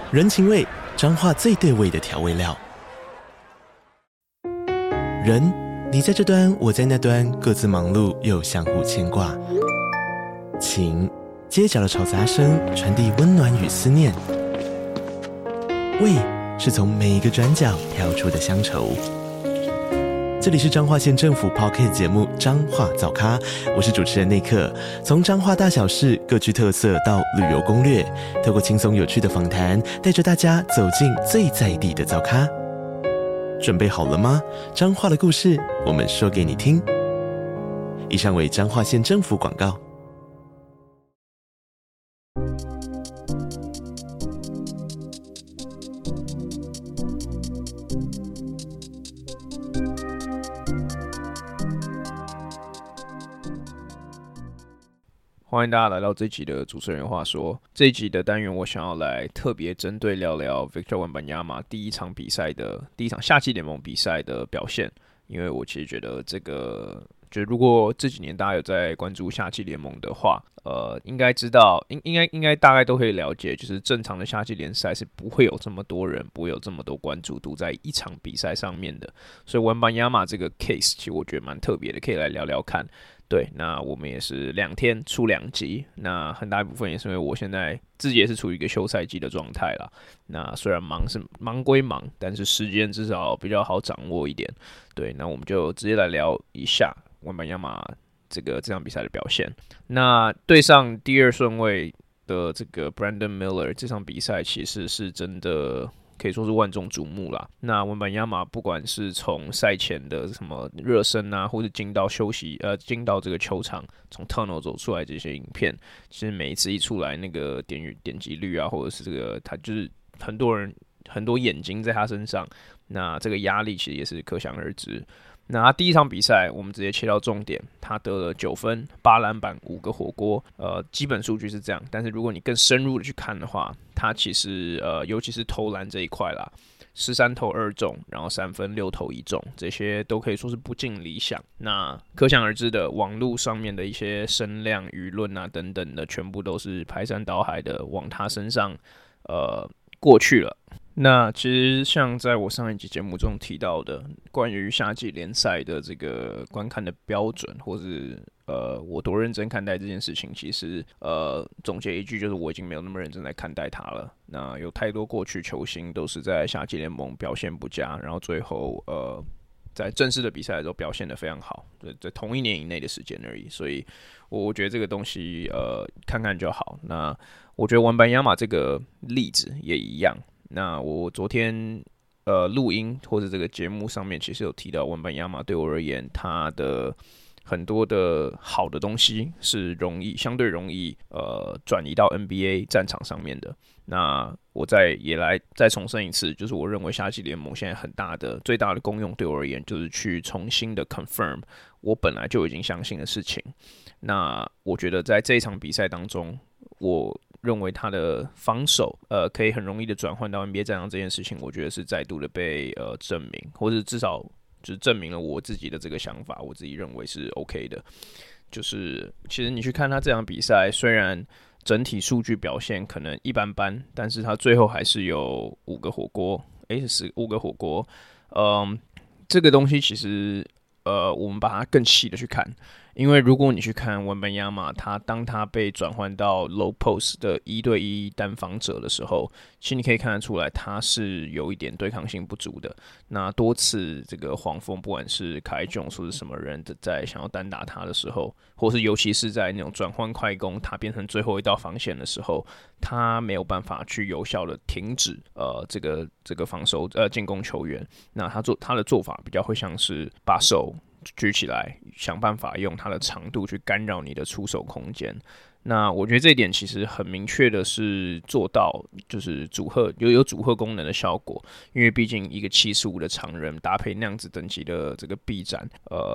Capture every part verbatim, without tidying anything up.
人情味，彰化最对味的调味料。人，你在这端，我在那端，各自忙碌又相互牵挂。情，街角的吵杂声传递温暖与思念。味，是从每一个转角跳出的乡愁。这里是彰化县政府 Podcast 节目《彰化早咖》，我是主持人内克。从彰化大小事各具特色到旅游攻略，透过轻松有趣的访谈，带着大家走进最在地的早咖。准备好了吗？彰化的故事，我们说给你听。以上为彰化县政府广告。 欢迎大家来到这一集的主持人话说。这一集的单元，我想要来特别针对聊聊 Victor Wembanyama 第一场比赛的第一场夏季联盟比赛的表现，因为我其实觉得这个，就如果这几年大家有在关注夏季联盟的话，呃，应该知道，应应该应该大概都可以了解，就是正常的夏季联赛是不会有这么多人，不会有这么多关注度在一场比赛上面的。所以 Wembanyama 这个 case 其实我觉得蛮特别的，可以来聊聊看。对，那我们也是两天出两集，那很大一部分也是因为我现在自己也是处于一个休赛季的状态啦。那虽然忙是忙归忙，但是时间至少比较好掌握一点。对，那我们就直接来聊一下Wembanyama这个这场比赛的表现。那对上第二顺位的这个 Brandon Miller 这场比赛其实是真的可以说是万众瞩目啦。那Wembanyama不管是从赛前的什么热身啊，或是进到休息呃进到这个球场，从 tunnel 走出来这些影片，其实每一次一出来，那个点点击率啊，或者是这个他就是很多人很多眼睛在他身上，那这个压力其实也是可想而知。那他第一场比赛，我们直接切到重点，他得了九分、八篮板、五个火锅，呃，基本数据是这样。但是如果你更深入的去看的话，他其实呃，尤其是投篮这一块啦，十三投二中，然后三分六投一中，这些都可以说是不尽理想。那可想而知的，网络上面的一些声量、舆论啊等等的，全部都是排山倒海的往他身上呃过去了。那其实像在我上一集节目中提到的，关于夏季联赛的这个观看的标准，或是呃我多认真看待这件事情，其实呃总结一句就是我已经没有那么认真在看待它了。那有太多过去球星都是在夏季联盟表现不佳，然后最后呃在正式的比赛的时候表现得非常好，在同一年以内的时间而已。所以我觉得这个东西呃看看就好。那我觉得Wembanyama这个例子也一样。那我昨天呃录音或者这个节目上面其实有提到Wembanyama对我而言，他的很多的好的东西是容易相对容易呃转移到 N B A 战场上面的。那我再也来再重申一次，就是我认为夏季联盟现在很大的最大的功用对我而言，就是去重新的 confirm 我本来就已经相信的事情。那我觉得在这一场比赛当中，我认为他的防守，呃，可以很容易的转换到 N B A 战场这件事情，我觉得是再度的被呃证明，或者至少就是证明了我自己的这个想法，我自己认为是 OK 的。就是其实你去看他这场比赛，虽然整体数据表现可能一般般，但是他最后还是有五个火锅，诶，是五个火锅，嗯，这个东西其实呃，我们把它更细的去看。因为如果你去看Wembanyama，他当他被转换到 low post 的一对一单防者的时候，其实你可以看得出来他是有一点对抗性不足的。那多次这个黄蜂，不管是凯琼或是什么人在想要单打他的时候，或是尤其是在那种转换快攻，他变成最后一道防线的时候，他没有办法去有效的停止呃这个这个防守呃进攻球员。那他做他的做法比较会像是把手举起来，想办法用它的长度去干扰你的出手空间。那我觉得这一点其实很明确的是做到，就是组合有有组合功能的效果。因为毕竟一个七十五的长人搭配那样子等级的这个臂展，呃，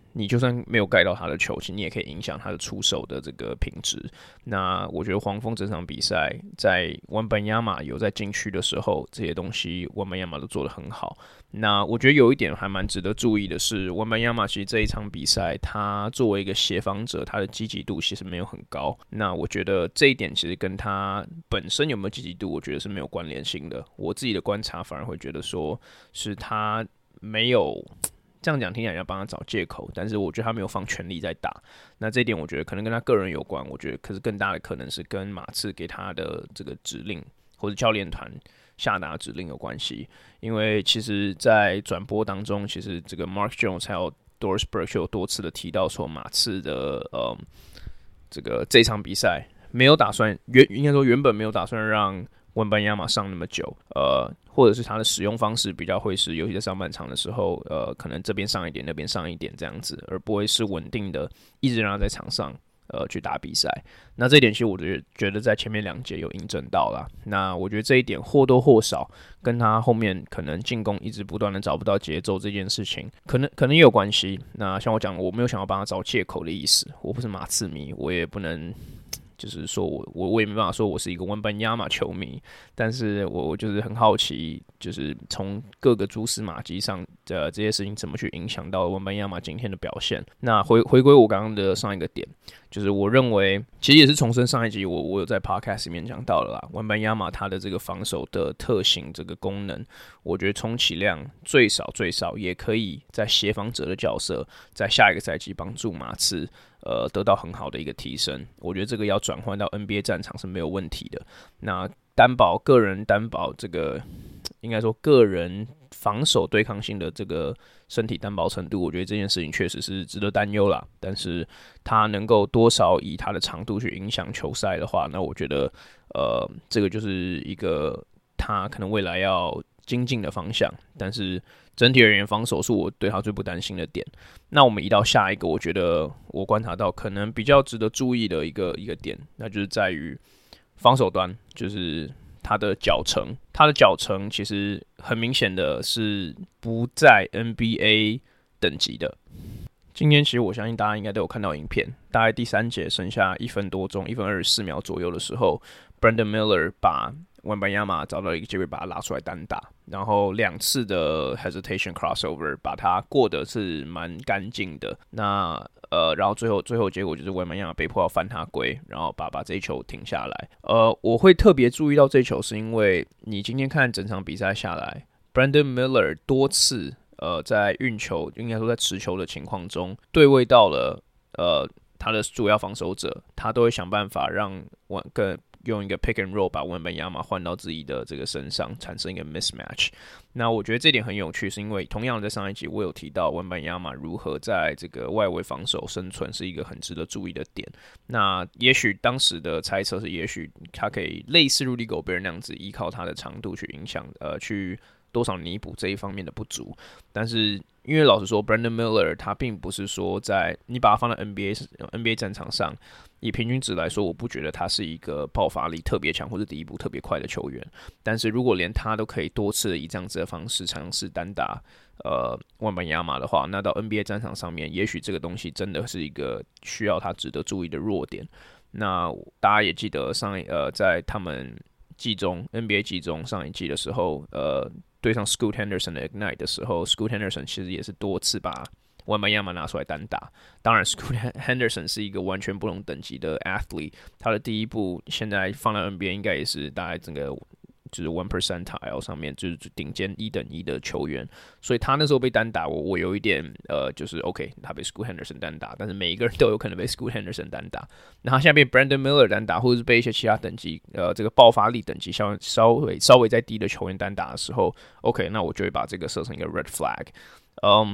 你就算没有盖到他的球，其实你也可以影响他的出手的这个品质。那我觉得黄蜂这场比赛在湾本亚马有在禁区的时候，这些东西湾本亚马都做得很好。那我觉得有一点还蛮值得注意的是，湾本亚马其实这一场比赛，他作为一个协防者，他的积极度其实没有很高。那我觉得这一点其实跟他本身有没有积极度，我觉得是没有关联性的。我自己的观察反而会觉得说，是他没有。这样讲听起来要帮他找借口，但是我觉得他没有放全力在打。那这一点我觉得可能跟他个人有关，我觉得可是更大的可能是跟马刺给他的这个指令或者教练团下达指令有关系。因为其实，在转播当中，其实这个 Mark Jones 还有 Doris Burke 有多次的提到说，马刺的呃这个这场比赛没有打算原应该说原本没有打算让湾本亚马上那么久，呃，或者是他的使用方式比较会是，尤其在上半场的时候，呃，可能这边上一点，那边上一点这样子，而不会是稳定的一直让他在场上，呃，去打比赛。那这一点其实我觉得在前面两节有印证到啦。那我觉得这一点或多或少跟他后面可能进攻一直不断的找不到节奏这件事情，可能可能也有关系。那像我讲，我没有想要帮他找借口的意思，我不是马刺迷，我也不能。就是说我我我也没办法说我是一个湾本亚马球迷，但是我我就是很好奇，就是从各个蛛丝马迹上的这些事情怎么去影响到湾本亚马今天的表现。那回回归我刚刚的上一个点，就是我认为其实也是重申上一集我我有在 podcast 里面讲到了啦，湾本亚马它的这个防守的特性这个功能，我觉得充其量最少最少也可以在协防者的角色，在下一个赛季帮助马刺。呃，得到很好的一个提升，我觉得这个要转换到 N B A 战场是没有问题的。那担保个人担保这个，应该说个人防守对抗性的这个身体担保程度，我觉得这件事情确实是值得担忧啦。但是他能够多少以他的长度去影响球赛的话，那我觉得呃，这个就是一个他可能未来要精进的方向。但是整体而言，防守是我对他最不担心的点。那我们移到下一个，我觉得我观察到可能比较值得注意的一个一个点，那就是在于防守端，就是他的脚程。他的脚程其实很明显的是不在 N B A 等级的。今天其实我相信大家应该都有看到影片，大概第三节剩下一分多钟，一分二十四秒左右的时候 ，Brandon Miller 把湾本亚马找到一个机会把他拉出来单打，然后两次的 hesitation crossover 把他过得是蛮干净的。那呃，然后最后最后结果就是湾本亚马被迫要翻他归，然后把把这一球停下来。呃，我会特别注意到这一球，是因为你今天看整场比赛下来 ，Brandon Miller 多次呃在运球，应该说在持球的情况中对位到了呃他的主要防守者，他都会想办法让我跟。用一个 pick and roll 把湾本亚马换到自己的这个身上，产生一个 mismatch。那我觉得这点很有趣，是因为同样在上一集我有提到湾本亚马如何在这个外围防守生存是一个很值得注意的点。那也许当时的猜测是，也许他可以类似 Rudy Gobert 那样子，依靠他的长度去影响，呃，去多少弥补这一方面的不足。但是因为老实说 ，Brandon Miller 他并不是说在你把他放在 N B A N B A 战场上。以平均值来说，我不觉得他是一个爆发力特别强或者第一步特别快的球员。但是如果连他都可以多次的以这样子的方式尝试单打呃湾本亚马的话，那到 N B A 战场上面，也许这个东西真的是一个需要他值得注意的弱点。那大家也记得上一呃在他们季中 N B A 季中上一季的时候，呃对上 Scoot Henderson 的 Ignite 的时候 ，Scoot Henderson 其实也是多次把湾本亚马拿出来单打。当然 Scoot Henderson 是一个完全不同等级的 athlete， 他的第一步现在放在 N B A 应该也是大概整个就是 one percentile 上面就是顶尖一等一的球员，所以他那时候被单打，我我有一点呃，就是 OK， 他被 Scoot Henderson 单打，但是每一个人都有可能被 Scoot Henderson 单打。那他现在被 Brandon Miller 单打，或者是被一些其他等级呃这个爆发力等级稍稍微稍微再低的球员单打的时候 ，OK， 那我就会把这个设成一个 red flag。嗯、um, ，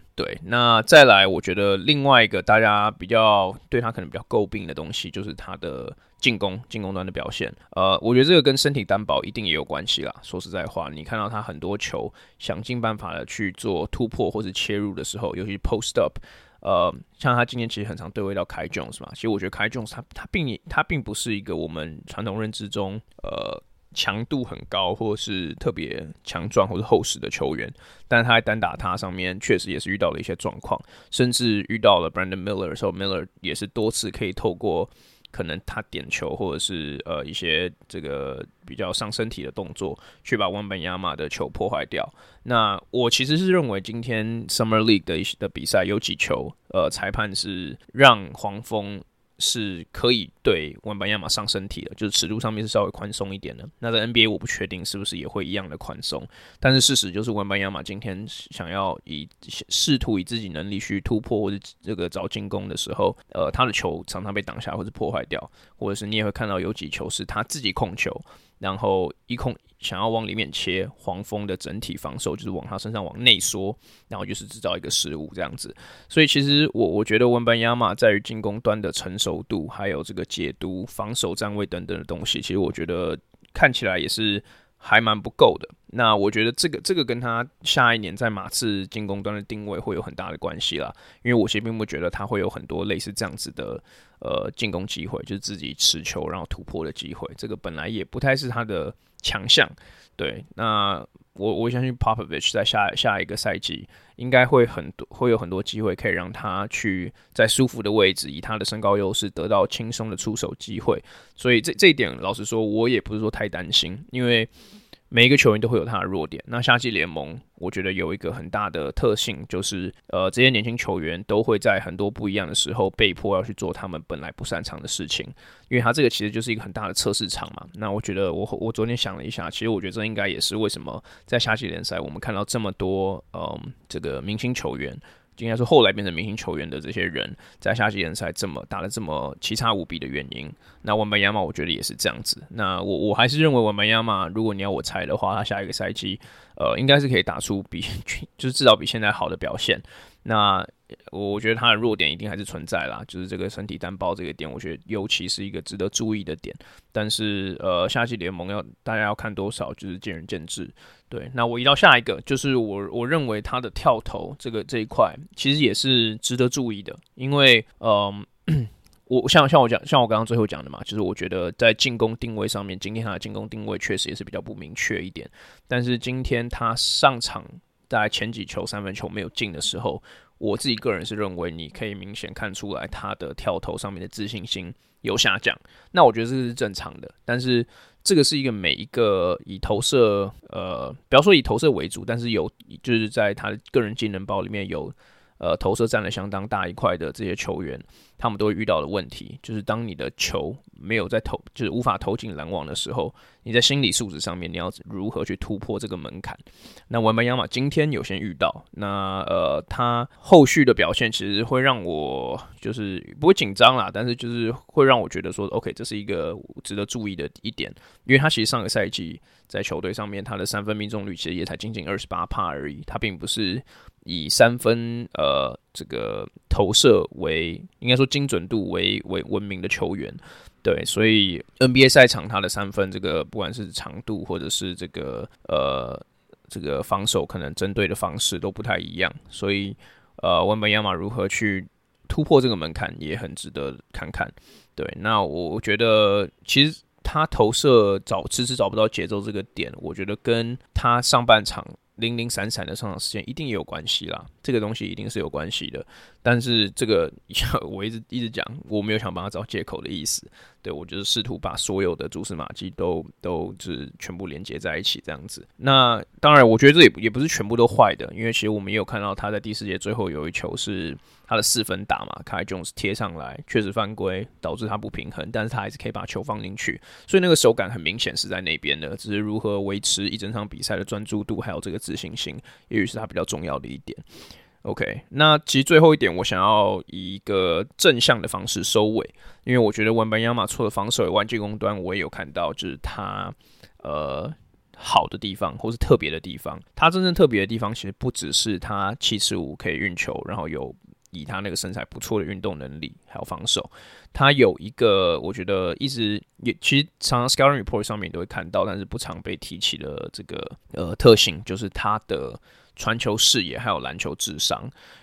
对，那再来，我觉得另外一个大家比较对他可能比较诟病的东西，就是他的进攻进攻端的表现。呃，我觉得这个跟身体担保一定也有关系啦。说实在话，你看到他很多球想尽办法的去做突破或是切入的时候，尤其 post up， 呃，像他今天其实很常对位到 Kai Jones 嘛。其实我觉得 Kai Jones 他他并他并不是一个我们传统认知中呃。 强度很高或是特别强壮或是厚实的球员，但他在单打他上面确实也是遇到了一些状况，甚至遇到了 Brandon Miller 的时候 ，Miller 也是多次可以透过可能他点球或者是呃一些这个比较上身体的动作，去把文班亚马的球破坏掉。那我其实是认为今天 Summer League 的的比赛有几球，呃，裁判是让黄蜂是可以对文班亚马上身体的，就是尺度上面是稍微宽松一点的。那在 N B A 我不确定是不是也会一样的宽松，但是事实就是文班亚马今天想要以试图以自己能力去突破或者这个找进攻的时候，呃，他的球常常被挡下或者破坏掉，或者是你也会看到有几球是他自己控球，然后一控想要往里面切，黄蜂的整体防守就是往他身上往内缩，然后就是制造一个失误这样子。所以其实我我觉得文班亚马在于进攻端的成熟度，还有这个解读、防守站位等等的东西，其实我觉得看起来也是还蛮不够的。那我觉得这个这个跟他下一年在马刺进攻端的定位会有很大的关系啦，因为我其实并不觉得他会有很多类似这样子的呃进攻机会，就是自己持球然后突破的机会，这个本来也不太是他的强项。对，那我我相信 Popovich 在下下一个赛季应该会很多会有很多机会可以让他去在舒服的位置，以他的身高优势得到轻松的出手机会。所以这这一点老实说，我也不是说太担心，因为每一个球员都会有他的弱点。那夏季联盟，我觉得有一个很大的特性，就是呃，这些年轻球员都会在很多不一样的时候被迫要去做他们本来不擅长的事情，因为他这个其实就是一个很大的测试场嘛。那我觉得我我昨天想了一下，其实我觉得这应该也是为什么在夏季联赛我们看到这么多嗯这个明星球员。应该是后来变成明星球员的这些人，在夏季联赛这么打得这么奇差无比的原因。那文班亚马我觉得也是这样子。那我我还是认为文班亚马，如果你要我猜的话，他下一个赛季，呃，应该是可以打出比就是至少比现在好的表现。那我觉得他的弱点一定还是存在啦，就是这个身体单薄这个点，我觉得尤其是一个值得注意的点。但是呃，夏季联盟要大家要看多少，就是见仁见智。对，那我移到下一个，就是我我认为他的跳投这个这一块，其实也是值得注意的，因为嗯。我像像我讲，像我刚刚最后讲的嘛，就是我觉得在进攻定位上面，今天他的进攻定位确实也是比较不明确一点。但是今天他上场大概前几球三分球没有进的时候，我自己个人是认为你可以明显看出来他的跳投上面的自信心有下降。那我觉得这是正常的，但是这个是一个每一个以投射呃，不要说以投射为主，但是有就是在他的个人技能包里面有。呃，投射占了相当大一块的这些球员，他们都会遇到的问题，就是当你的球没有在投，就是无法投进篮网的时候，你在心理素质上面，你要如何去突破这个门槛？那文班亚马今天有先遇到，那呃，他后续的表现其实会让我就是不会紧张啦，但是就是会让我觉得说 ，OK， 这是一个值得注意的一点，因为他其实上个赛季在球队上面，他的三分命中率其实也才仅仅 百分之二十八 而已，他并不是。以三分呃这个投射为应该说精准度为为闻名的球员，对，所以 N B A 赛场他的三分这个不管是长度或者是这个呃这个防守可能针对的方式都不太一样，所以呃文班亚马如何去突破这个门槛也很值得看看。对，那我觉得其实他投射找迟迟找不到节奏这个点，我觉得跟他上半场。零零散散的上场时间一定也有关系啦，这个东西一定是有关系的。但是这个我一直一直讲，我没有想帮他找借口的意思。对，我就是试图把所有的蛛丝马迹都都就是全部连接在一起这样子。那当然，我觉得这也也不是全部都坏的，因为其实我们也有看到他在第四节最后有一球是他的四分打嘛 ，Kai Jones 贴上来，确实犯规，导致他不平衡，但是他还是可以把球放进去，所以那个手感很明显是在那边的，只是如何维持一整场比赛的专注度还有这个自信心，也许是他比较重要的一点。OK， 那其实最后一点，我想要以一个正向的方式收尾，因为我觉得文班亚马除了防守以外，进攻端我也有看到，就是他呃好的地方，或是特别的地方。他真正特别的地方，其实不只是他七尺五可以运球，然后有以他那个身材不错的运动能力，还有防守。他有一个我觉得一直也其实常常 Scouting Report 上面都会看到，但是不常被提起的这个呃特性，就是他的传球视野还有篮球智商，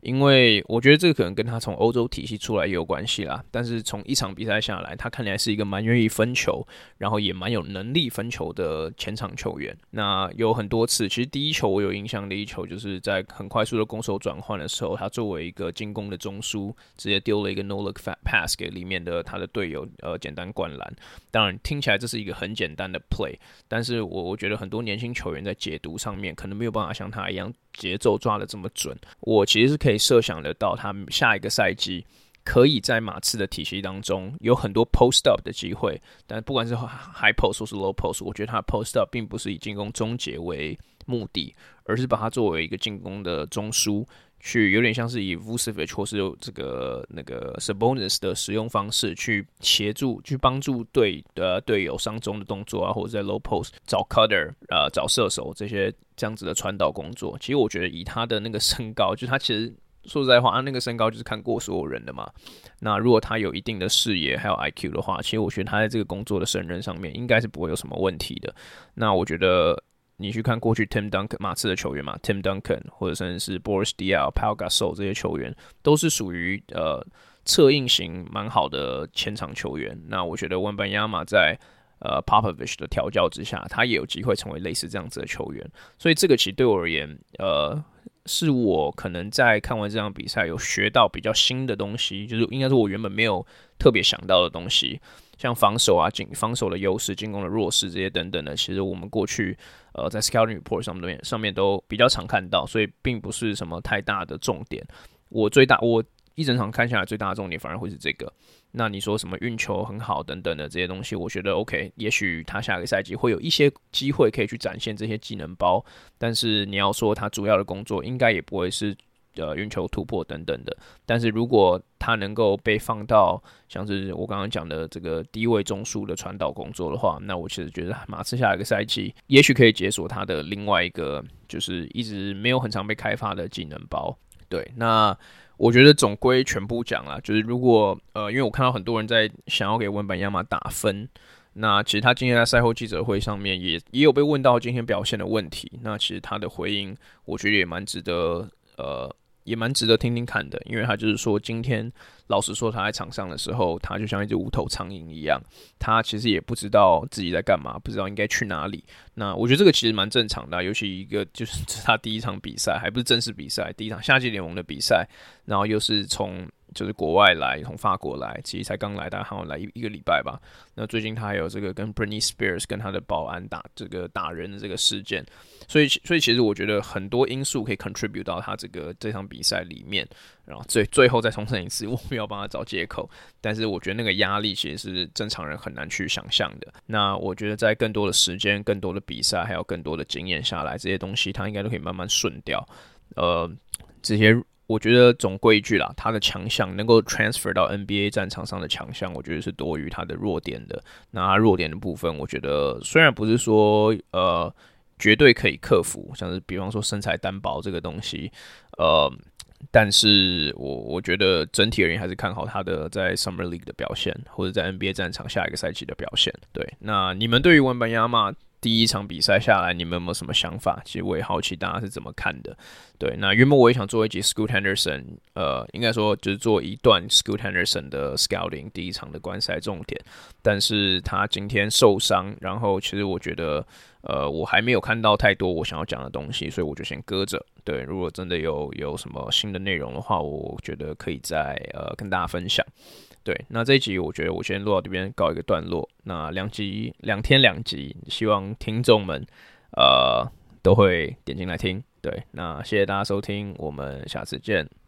因为我觉得这个可能跟他从欧洲体系出来也有关系啦。但是从一场比赛下来，他看起来是一个蛮愿意分球，然后也蛮有能力分球的前场球员。那有很多次，其实第一球我有印象的一球，就是在很快速的攻守转换的时候，他作为一个进攻的中枢，直接丢了一个 no look pass 给里面的他的队友，呃，简单灌篮。当然听起来这是一个很简单的 play， 但是我我觉得很多年轻球员在解读上面可能没有办法像他一样节奏抓得这么准。我其实是可以设想得到，他下一个赛季可以在马刺的体系当中有很多 post up 的机会，但不管是 high post 或是 low post， 我觉得他的 post up 并不是以进攻终结为目的，而是把它作为一个进攻的中枢，去有点像是以 Vucevic 或是这个那个 Sabonis 的使用方式去协助、去帮助队的队友上中的动作啊，或者在 low post 找 cutter 呃找射手这些这样子的传导工作。其实我觉得以他的那个身高，就是他其实说实在话，他那个身高就是看过所有人的嘛。那如果他有一定的视野还有 I Q 的话，其实我觉得他在这个工作的胜任上面应该是不会有什么问题的。那我觉得你去看过去 Tim Duncan 马刺的球员嘛 ，Tim Duncan 或者甚至是 Boris Diaw、Pau Gasol 这些球员，都是属于呃策应型蛮好的前场球员。那我觉得文班亚马在呃 Popovich 的调教之下，他也有机会成为类似这样子的球员。所以这个其实对我而言，呃，是我可能在看完这场比赛有学到比较新的东西，就是应该说我原本没有特别想到的东西。像防守啊、进防守的优势、进攻的弱势这些等等的，其实我们过去呃在 Scouting Report 上面上面都比较常看到，所以并不是什么太大的重点。我最大我一整场看下来最大的重点反而会是这个。那你说什么运球很好等等的这些东西，我觉得 OK， 也许他下个赛季会有一些机会可以去展现这些技能包，但是你要说他主要的工作应该也不会是呃运球突破等等的。但是如果他能够被放到像是我刚刚讲的这个低位中枢的传导工作的话，那我其实觉得马刺下一个赛季也许可以解锁他的另外一个就是一直没有很常被开发的技能包。对，那我觉得总归全部讲啦，就是如果呃，因为我看到很多人在想要给文班亚马打分，那其实他今天在赛后记者会上面也也有被问到今天表现的问题，那其实他的回应我觉得也蛮值得呃。也蛮值得听听看的，因为他就是说，今天老实说，他在场上的时候，他就像一只无头苍蝇一样，他其实也不知道自己在干嘛，不知道应该去哪里。那我觉得这个其实蛮正常的、啊，尤其一个就是这是他第一场比赛，还不是正式比赛，第一场夏季联盟的比赛，然后又是从就是国外来，从法国来，其实才刚来，大概好像来一一个礼拜吧。那最近他还有这个跟 Britney Spears 跟他的保安打这个打人的这个事件，所以所以其实我觉得很多因素可以 contribute 到他这个这场比赛里面。然后最最后再重申一次，我没有帮他找借口，但是我觉得那个压力其实是正常人很难去想象的。那我觉得在更多的时间、更多的比赛，还有更多的经验下来，这些东西他应该都可以慢慢顺掉。呃，这些。我觉得总归一句啦，他的强项能够 transfer 到 N B A 战场上的强项，我觉得是多于他的弱点的。那他弱点的部分，我觉得虽然不是说呃绝对可以克服，像是比方说身材单薄这个东西，呃，但是我我觉得整体而言还是看好他的在 Summer League 的表现，或者在 N B A 战场下一个赛季的表现。对，那你们对于文班亚马第一场比赛下来，你们有没有什么想法？其实我也好奇大家是怎么看的。对，那原本我也想做一集 Scoot Henderson， 呃，应该说就是做一段 Scoot Henderson 的 Scouting 第一场的观赛重点，但是他今天受伤，然后其实我觉得，呃，我还没有看到太多我想要讲的东西，所以我就先搁着。对，如果真的有有什么新的内容的话，我觉得可以再呃跟大家分享。对，那这一集我觉得我先录到这边告一个段落。那两集两天两集，希望听众们呃都会点进来听。对，那谢谢大家收听，我们下次见。